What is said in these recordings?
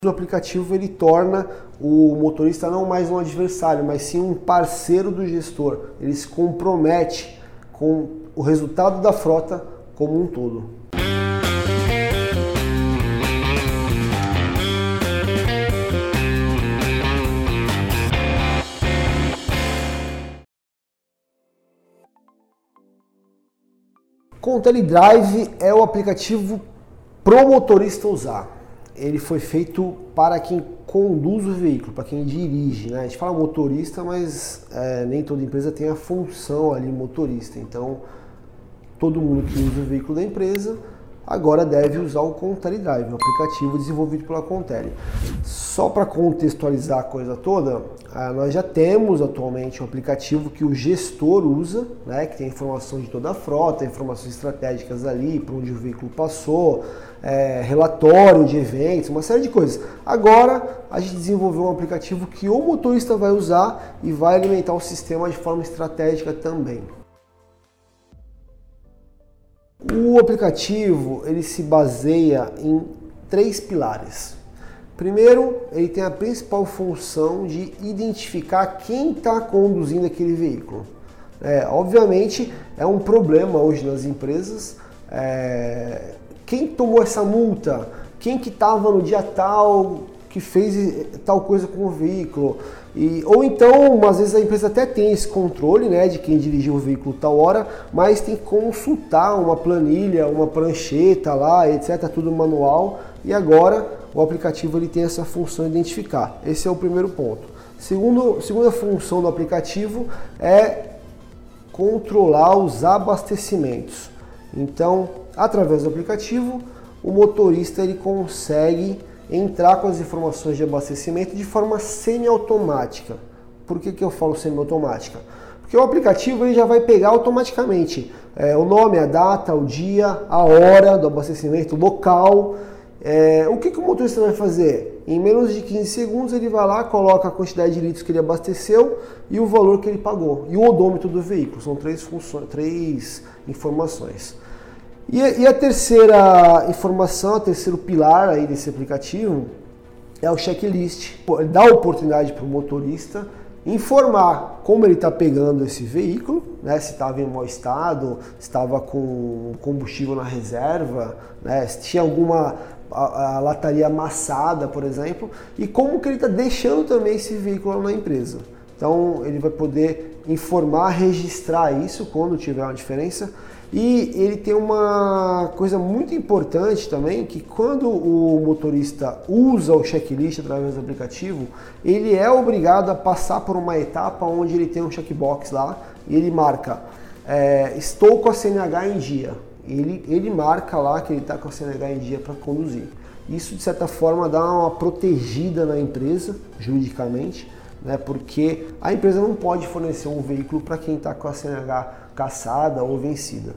O aplicativo ele torna o motorista não mais um adversário, mas sim um parceiro do gestor. Ele se compromete com o resultado da frota como um todo. ContelliDrive é o aplicativo pro motorista usar. Ele foi feito para quem conduz o veículo, para quem dirige, né? A gente fala motorista, mas nem toda empresa tem a função ali motorista. Então, todo mundo que usa o veículo da empresa agora deve usar o ContelliDrive, um aplicativo desenvolvido pela Contelli. Só para contextualizar a coisa toda, nós já temos atualmente um aplicativo que o gestor usa, né, que tem informação de toda a frota, informações estratégicas ali, para onde o veículo passou, relatório de eventos, uma série de coisas. Agora a gente desenvolveu um aplicativo que o motorista vai usar e vai alimentar o sistema de forma estratégica também. O aplicativo ele se baseia em 3 pilares. Primeiro, ele tem a principal função de identificar quem está conduzindo aquele veículo. Obviamente é um problema hoje nas empresas. Quem tomou essa multa? Quem que estava no dia tal que fez tal coisa com o veículo? Ou então, às vezes a empresa até tem esse controle, né, de quem dirigiu o veículo tal hora, mas tem que consultar uma planilha, uma prancheta lá, etc, tudo manual. E agora o aplicativo ele tem essa função de identificar. Esse é o primeiro ponto. Segunda função do aplicativo é controlar os abastecimentos. Então, através do aplicativo, o motorista ele consegue entrar com as informações de abastecimento de forma semiautomática. Por que eu falo semiautomática? Porque o aplicativo ele já vai pegar automaticamente o nome, a data, o dia, a hora do abastecimento, o local. O que o motorista vai fazer? Em menos de 15 segundos ele vai lá, coloca a quantidade de litros que ele abasteceu e o valor que ele pagou. E o odômetro do veículo. São 3 informações. E a terceira informação, o terceiro pilar aí desse aplicativo é o checklist. Ele dá a oportunidade para o motorista informar como ele está pegando esse veículo, né? Se estava em mau estado, se estava com combustível na reserva, né? Se tinha alguma lataria amassada, por exemplo, e como que ele está deixando também esse veículo lá na empresa. Então ele vai poder informar, registrar isso quando tiver uma diferença. E ele tem uma coisa muito importante também, que quando o motorista usa o checklist através do aplicativo, ele é obrigado a passar por uma etapa onde ele tem um checkbox lá e ele marca, estou com a CNH em dia. Ele marca lá que ele está com a CNH em dia para conduzir. Isso, de certa forma, dá uma protegida na empresa, juridicamente, né, porque a empresa não pode fornecer um veículo para quem está com a CNH cassada ou vencida.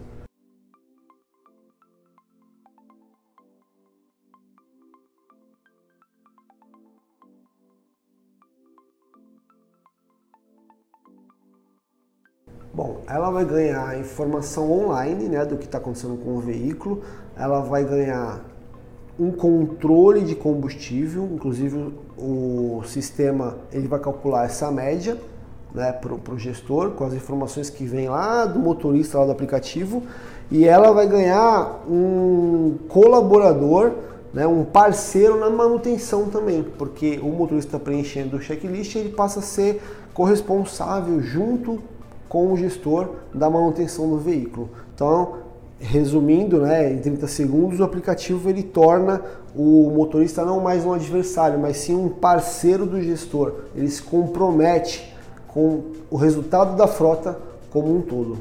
Bom, ela vai ganhar informação online, né, do que está acontecendo com o veículo, ela vai ganhar um controle de combustível, inclusive o sistema ele vai calcular essa média, né, para o gestor, com as informações que vem lá do motorista, lá do aplicativo, e ela vai ganhar um colaborador, né, um parceiro na manutenção também, porque o motorista preenchendo o checklist, ele passa a ser corresponsável junto com o gestor da manutenção do veículo. Então, resumindo, né, em 30 segundos, o aplicativo ele torna o motorista não mais um adversário, mas sim um parceiro do gestor. Ele se compromete com o resultado da frota como um todo.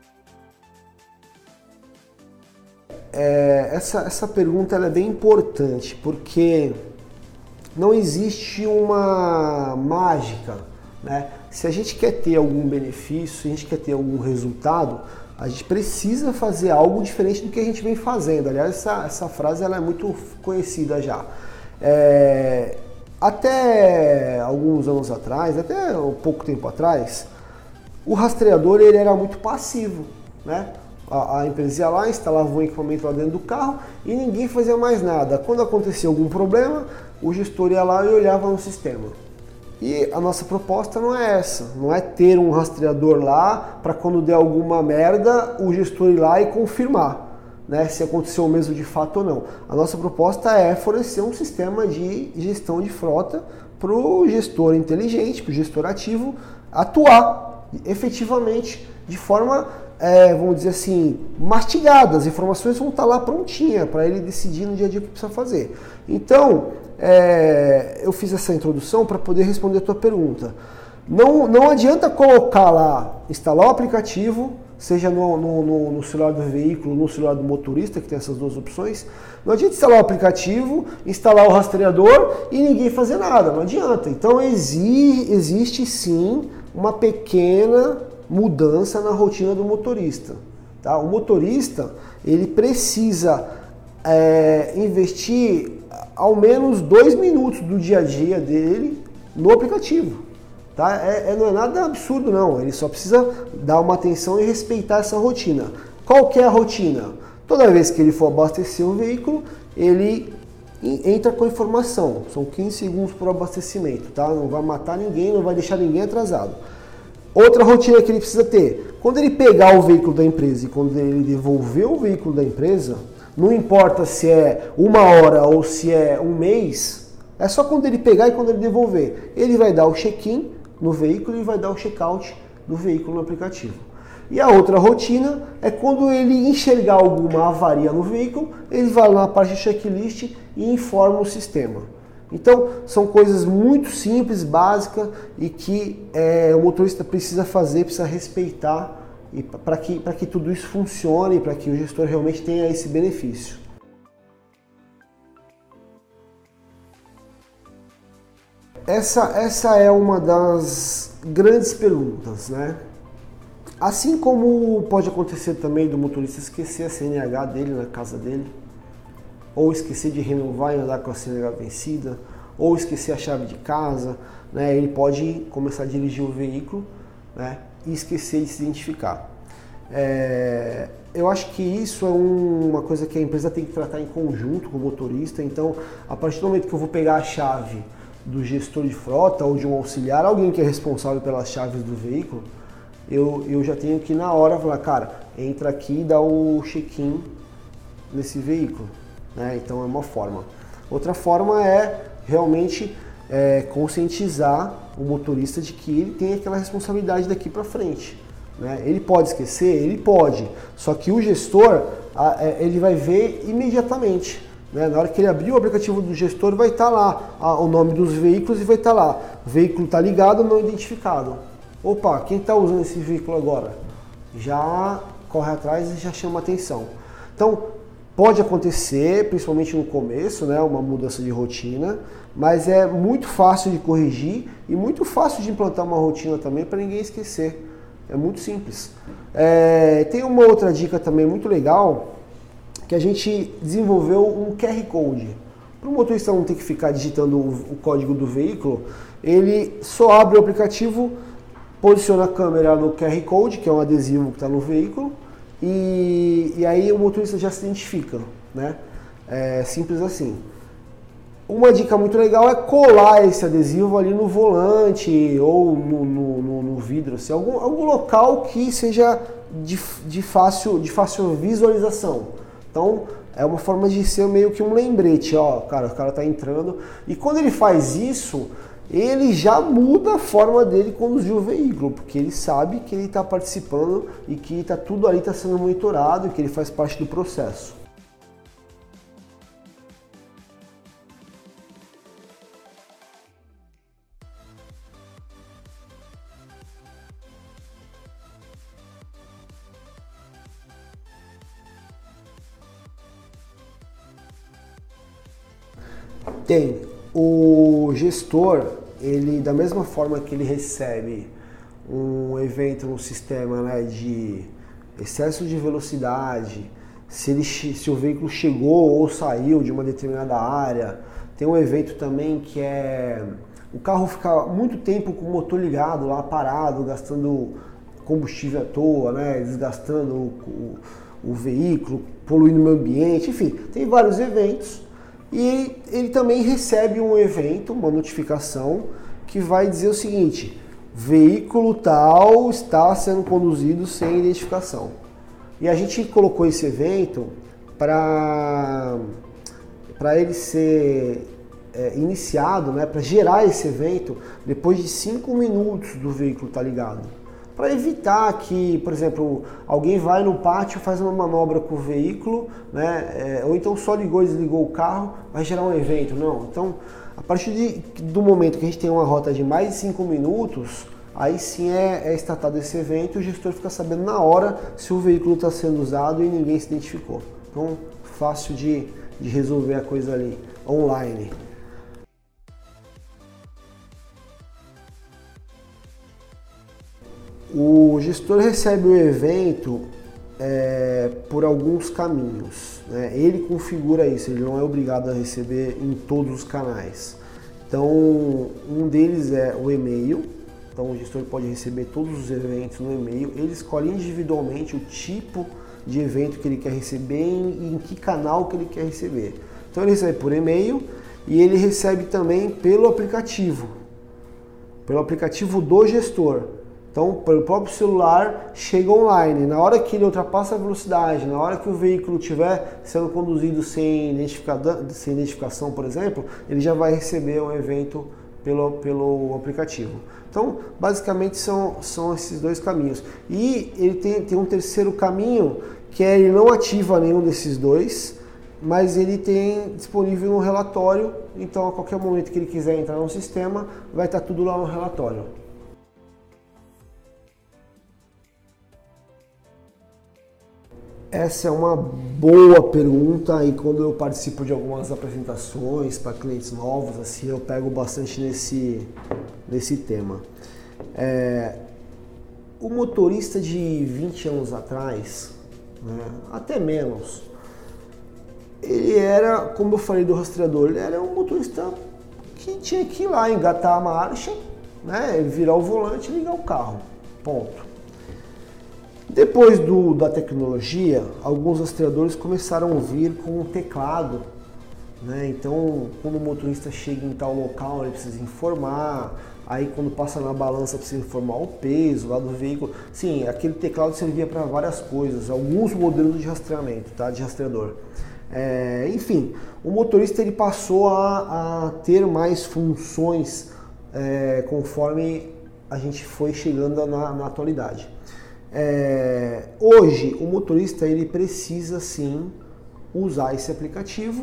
Essa pergunta ela é bem importante, porque não existe uma mágica, né? Se a gente quer ter algum benefício, se a gente quer ter algum resultado, a gente precisa fazer algo diferente do que a gente vem fazendo. Aliás, essa frase ela é muito conhecida já. Até alguns anos atrás, até um pouco tempo atrás, o rastreador ele era muito passivo, né? A empresa ia lá, instalava um equipamento lá dentro do carro e ninguém fazia mais nada. Quando acontecia algum problema, o gestor ia lá e olhava no sistema. E a nossa proposta não é essa, não é ter um rastreador lá para quando der alguma merda o gestor ir lá e confirmar, né, se aconteceu mesmo de fato ou não. A nossa proposta é fornecer um sistema de gestão de frota para o gestor inteligente, para o gestor ativo atuar efetivamente de forma, vamos dizer assim, mastigada. As informações vão estar lá prontinha para ele decidir no dia a dia o que precisa fazer. Então, eu fiz essa introdução para poder responder a tua pergunta. Não adianta colocar lá, instalar o aplicativo, seja no celular do veículo, no celular do motorista, que tem essas duas opções. Não adianta instalar o aplicativo, instalar o rastreador e ninguém fazer nada, não adianta. Então existe sim uma pequena mudança na rotina do motorista. Tá? O motorista, ele precisa investir ao menos 2 minutos do dia a dia dele no aplicativo. Tá? Não é nada absurdo não, ele só precisa dar uma atenção e respeitar essa rotina. Qual que é a rotina? Toda vez que ele for abastecer o veículo, ele entra com a informação, são 15 segundos por abastecimento, tá? Não vai matar ninguém, não vai deixar ninguém atrasado. Outra rotina que ele precisa ter, quando ele pegar o veículo da empresa e quando ele devolver o veículo da empresa, não importa se é 1 hora ou se é 1 mês, é só quando ele pegar e quando ele devolver. Ele vai dar o check-in no veículo e vai dar o check-out do veículo no aplicativo. E a outra rotina é quando ele enxergar alguma avaria no veículo, ele vai lá na parte de checklist e informa o sistema. Então, são coisas muito simples, básicas e que o motorista precisa fazer, precisa respeitar para que tudo isso funcione, para que o gestor realmente tenha esse benefício. Essa é uma das grandes perguntas, né? Assim como pode acontecer também do motorista esquecer a CNH dele na casa dele, ou esquecer de renovar e andar com a CNH vencida, ou esquecer a chave de casa, né? Ele pode começar a dirigir o veículo, né, e esquecer de se identificar. Eu acho que isso é uma coisa que a empresa tem que tratar em conjunto com o motorista. Então, a partir do momento que eu vou pegar a chave do gestor de frota ou de um auxiliar, alguém que é responsável pelas chaves do veículo, eu já tenho que na hora falar, cara, entra aqui e dá o check-in nesse veículo, né? Então é uma forma. Outra forma é realmente conscientizar o motorista de que ele tem aquela responsabilidade daqui para frente, né? Ele pode esquecer? Ele pode, só que o gestor ele vai ver imediatamente. Na hora que ele abrir o aplicativo do gestor, vai estar lá o nome dos veículos e vai estar lá, o veículo está ligado, não identificado. Opa, quem está usando esse veículo agora? Já corre atrás e já chama atenção. Então, pode acontecer, principalmente no começo, né, uma mudança de rotina, mas é muito fácil de corrigir e muito fácil de implantar uma rotina também para ninguém esquecer. É muito simples. Tem uma outra dica também muito legal, que a gente desenvolveu um QR Code. Para o motorista não ter que ficar digitando o código do veículo, ele só abre o aplicativo, posiciona a câmera no QR Code, que é um adesivo que está no veículo, e aí o motorista já se identifica, né? É simples assim. Uma dica muito legal é colar esse adesivo ali no volante ou no vidro, assim, algum local que seja de fácil visualização. Então, é uma forma de ser meio que um lembrete, ó, cara, o cara tá entrando. E quando ele faz isso, ele já muda a forma dele conduzir o veículo, porque ele sabe que ele está participando e que tudo ali está sendo monitorado e que ele faz parte do processo. Tem. O gestor, ele da mesma forma que ele recebe um evento no sistema, né, de excesso de velocidade, se o veículo chegou ou saiu de uma determinada área, tem um evento também que é o carro ficar muito tempo com o motor ligado lá, parado, gastando combustível à toa, né, desgastando o veículo, poluindo o meio ambiente, enfim, tem vários eventos. E ele também recebe um evento, uma notificação, que vai dizer o seguinte: veículo tal está sendo conduzido sem identificação. E a gente colocou esse evento para ele ser iniciado, né, para gerar esse evento depois de 5 minutos do veículo estar ligado. Para evitar que, por exemplo, alguém vai no pátio, faz uma manobra com o veículo, né, ou então só ligou e desligou o carro, vai gerar um evento. Não. Então, a partir do momento que a gente tem uma rota de mais de 5 minutos, aí sim é startado esse evento e o gestor fica sabendo na hora se o veículo está sendo usado e ninguém se identificou. Então, fácil de resolver a coisa ali, online. O gestor recebe o evento por alguns caminhos, né? Ele configura isso, ele não é obrigado a receber em todos os canais. Então, um deles é o e-mail. Então, o gestor pode receber todos os eventos no e-mail. Ele escolhe individualmente o tipo de evento que ele quer receber e em que canal que ele quer receber. Então, ele recebe por e-mail e ele recebe também pelo aplicativo do gestor. Então, pelo próprio celular, chega online. Na hora que ele ultrapassa a velocidade, na hora que o veículo estiver sendo conduzido sem identificação, por exemplo, ele já vai receber o evento pelo aplicativo. Então, basicamente, são esses dois caminhos. E ele tem um terceiro caminho, que ele não ativa nenhum desses dois, mas ele tem disponível no relatório. Então, a qualquer momento que ele quiser entrar no sistema, vai estar tudo lá no relatório. Essa é uma boa pergunta e quando eu participo de algumas apresentações para clientes novos, assim, eu pego bastante nesse tema. O motorista de 20 anos atrás, né, até menos, ele era, como eu falei do rastreador, ele era um motorista que tinha que ir lá, engatar a marcha, né, virar o volante e ligar o carro, ponto. Depois da tecnologia, alguns rastreadores começaram a vir com um teclado, né? Então, quando o motorista chega em tal local, ele precisa informar. Aí, quando passa na balança, precisa informar o peso lá do veículo. Sim, aquele teclado servia para várias coisas, alguns modelos de rastreamento, tá? De rastreador. Enfim, o motorista ele passou a ter mais funções conforme a gente foi chegando na atualidade. Hoje o motorista ele precisa sim usar esse aplicativo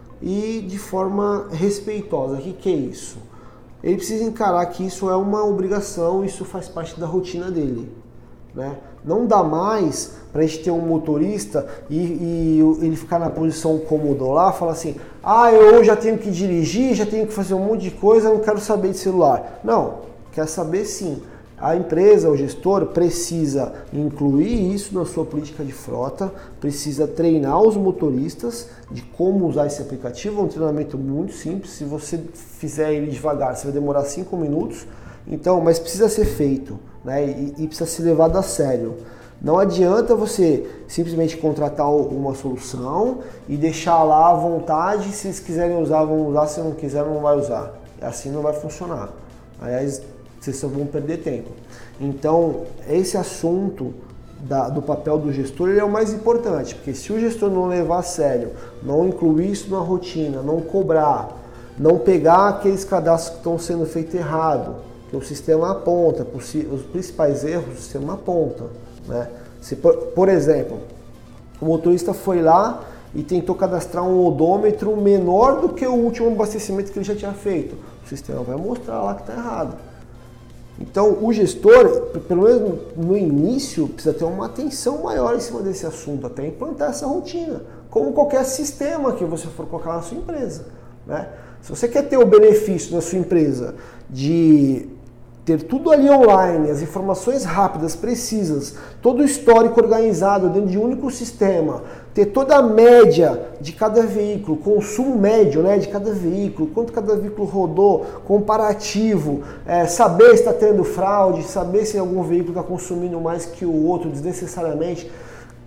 e de forma respeitosa. O que é isso? Ele precisa encarar que isso é uma obrigação, isso faz parte da rotina dele, né? Não dá mais para a gente ter um motorista e ele ficar na posição cômoda lá, falar assim: eu já tenho que dirigir, já tenho que fazer um monte de coisa, não quero saber de celular. Não, quer saber sim. A empresa, o gestor, precisa incluir isso na sua política de frota, precisa treinar os motoristas de como usar esse aplicativo. É um treinamento muito simples, se você fizer ele devagar, você vai demorar 5 minutos, então, mas precisa ser feito, né? E precisa ser levado a sério. Não adianta você simplesmente contratar uma solução e deixar lá à vontade, se eles quiserem usar, vão usar, se não quiserem, não vai usar. Assim não vai funcionar. Aliás, vocês só vão perder tempo. Então, esse assunto do papel do gestor ele é o mais importante, porque se o gestor não levar a sério, não incluir isso na rotina, não cobrar, não pegar aqueles cadastros que estão sendo feitos errado, que o sistema aponta, os principais erros o sistema aponta, né? Se, por exemplo, o motorista foi lá e tentou cadastrar um odômetro menor do que o último abastecimento que ele já tinha feito, o sistema vai mostrar lá que está errado. Então, o gestor, pelo menos no início, precisa ter uma atenção maior em cima desse assunto, até implantar essa rotina, como qualquer sistema que você for colocar na sua empresa, né? Se você quer ter o benefício na sua empresa de ter tudo ali online, as informações rápidas, precisas, todo o histórico organizado dentro de um único sistema, ter toda a média de cada veículo, consumo médio, né, de cada veículo, quanto cada veículo rodou, comparativo, saber se está tendo fraude, saber se algum veículo está consumindo mais que o outro desnecessariamente.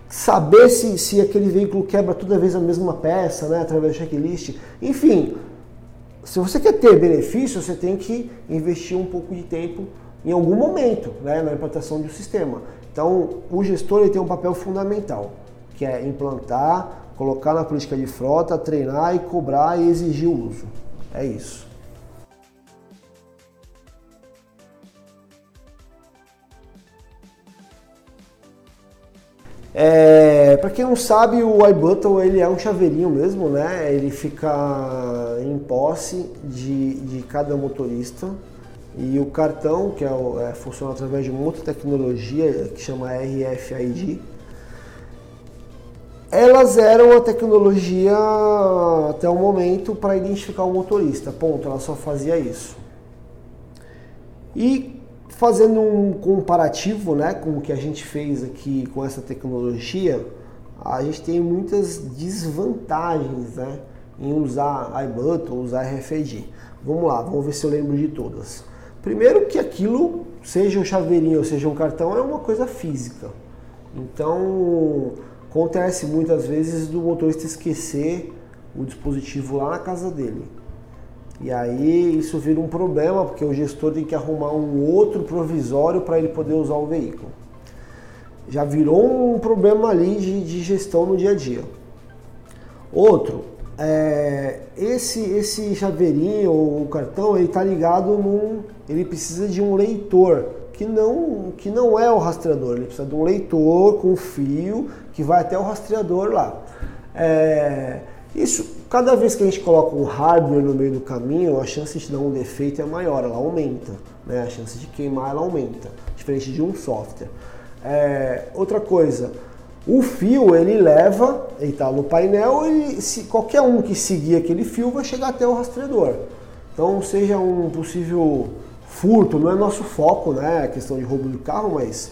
saber se aquele veículo quebra toda vez a mesma peça, né, através do checklist. Enfim, se você quer ter benefício, você tem que investir um pouco de tempo em algum momento, né, na implantação do sistema. Então, o gestor ele tem um papel fundamental, que é implantar, colocar na política de frota, treinar e cobrar e exigir o uso. É isso. Para quem não sabe, o iButton ele é um chaveirinho mesmo, né? Ele fica em posse de cada motorista, e o cartão, que funciona através de uma outra tecnologia que chama RFID. Elas eram a tecnologia até o momento para identificar o motorista, ponto, ela só fazia isso. E fazendo um comparativo, né, com o que a gente fez aqui com essa tecnologia, a gente tem muitas desvantagens, né, em usar iButton, usar RFID. Vamos lá, vamos ver se eu lembro de todas. Primeiro que aquilo, seja um chaveirinho ou seja um cartão, é uma coisa física. Então, acontece muitas vezes do motorista esquecer o dispositivo lá na casa dele. E aí isso vira um problema, porque o gestor tem que arrumar um outro provisório para ele poder usar o veículo. Já virou um problema ali de gestão no dia a dia. Outro, esse chaveirinho ou cartão, ele está ligado ele precisa de um leitor, que não é o rastreador, ele precisa de um leitor com fio que vai até o rastreador lá. Isso, cada vez que a gente coloca um hardware no meio do caminho, a chance de dar um defeito é maior, ela aumenta, né? A chance de queimar ela aumenta, diferente de um software. Outra coisa, o fio ele está no painel, se qualquer um que seguir aquele fio vai chegar até o rastreador. Então, seja um possível furto, não é nosso foco, né? A questão de roubo do carro, mas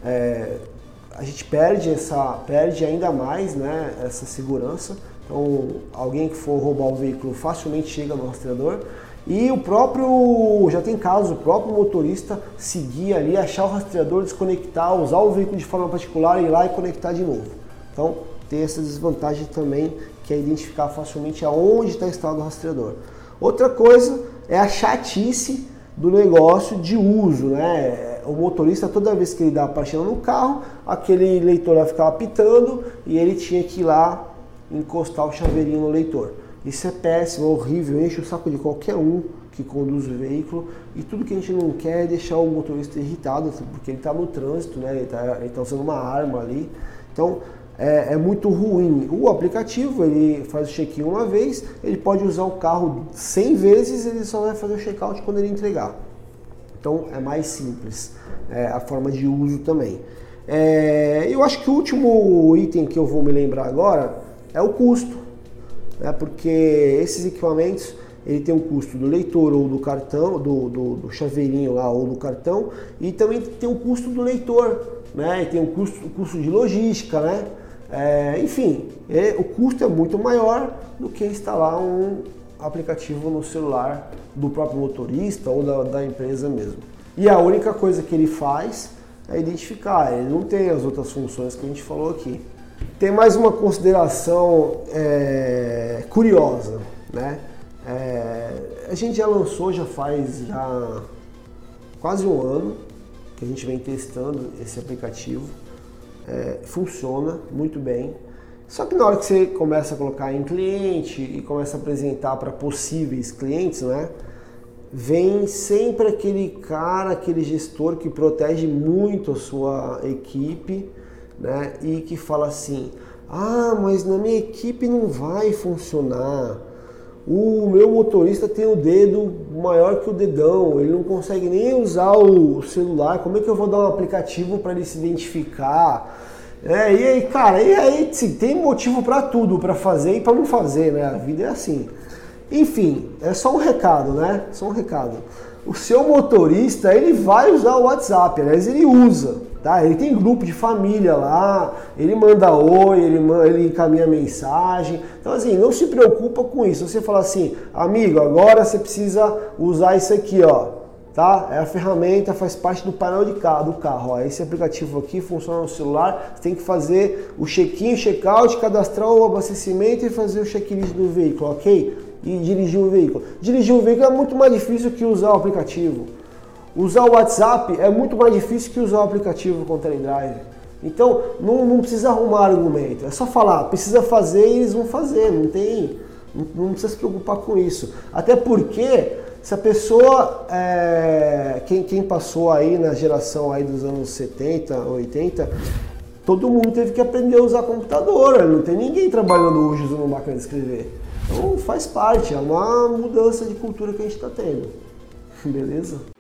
a gente perde ainda mais, né, essa segurança. Então, alguém que for roubar o veículo facilmente chega no rastreador. E já tem casos, o próprio motorista seguir ali, achar o rastreador, desconectar, usar o veículo de forma particular, ir lá e conectar de novo. Então, tem essa desvantagem também, que é identificar facilmente aonde está instalado o rastreador. Outra coisa é a chatice do negócio de uso, né? O motorista, toda vez que ele dá a partida no carro, aquele leitor vai ficar apitando e ele tinha que ir lá encostar o chaveirinho no leitor. Isso é péssimo, é horrível, enche o saco de qualquer um que conduz o veículo, e tudo que a gente não quer é deixar o motorista irritado, porque ele está no trânsito, né? Ele tá usando uma arma ali. Então é muito ruim. O aplicativo, ele faz o check-in uma vez, ele pode usar o carro 100 vezes, ele só vai fazer o check-out quando ele entregar. Então é mais simples a forma de uso também. Eu acho que o último item que eu vou me lembrar agora é o custo, né? Porque esses equipamentos ele tem um custo do leitor ou do cartão, do chaveirinho lá ou do cartão, e também tem o custo do leitor, né? E tem o custo de logística, né? Enfim, o custo é muito maior do que instalar um aplicativo no celular do próprio motorista ou da empresa mesmo. E a única coisa que ele faz é identificar, ele não tem as outras funções que a gente falou aqui. Tem mais uma consideração curiosa, né? A gente já lançou, já faz quase um ano que a gente vem testando esse aplicativo. Funciona muito bem. Só que na hora que você começa a colocar em cliente e começa a apresentar para possíveis clientes, né? Vem sempre aquele gestor que protege muito a sua equipe, né? E que fala assim: mas na minha equipe não vai funcionar. O meu motorista tem o dedo maior que o dedão, ele não consegue nem usar o celular, como é que eu vou dar um aplicativo para ele se identificar? E aí, cara, sim, tem motivo para tudo, para fazer e para não fazer, né? A vida é assim. Enfim, é só um recado, né? Só um recado. O seu motorista, ele vai usar o WhatsApp, aliás, ele usa, tá? Ele tem grupo de família lá, ele manda oi, ele encaminha mensagem. Então, assim, não se preocupa com isso. Você fala assim: amigo, agora você precisa usar isso aqui, ó. tá? É a ferramenta, faz parte do painel do carro. Ó. Esse aplicativo aqui funciona no celular, você tem que fazer o check-in, check-out, cadastrar o abastecimento e fazer o checklist do veículo, ok? E dirigir o veículo. Dirigir o veículo é muito mais difícil que usar o aplicativo. Usar o WhatsApp é muito mais difícil que usar o aplicativo com o Teledrive. Então, não precisa arrumar argumento, é só falar, precisa fazer e eles vão fazer, não precisa se preocupar com isso. Até porque, se a pessoa, quem passou aí na geração aí dos anos 70, 80, todo mundo teve que aprender a usar computador, não tem ninguém trabalhando hoje usando máquina de escrever. Então faz parte, é uma mudança de cultura que a gente está tendo, beleza?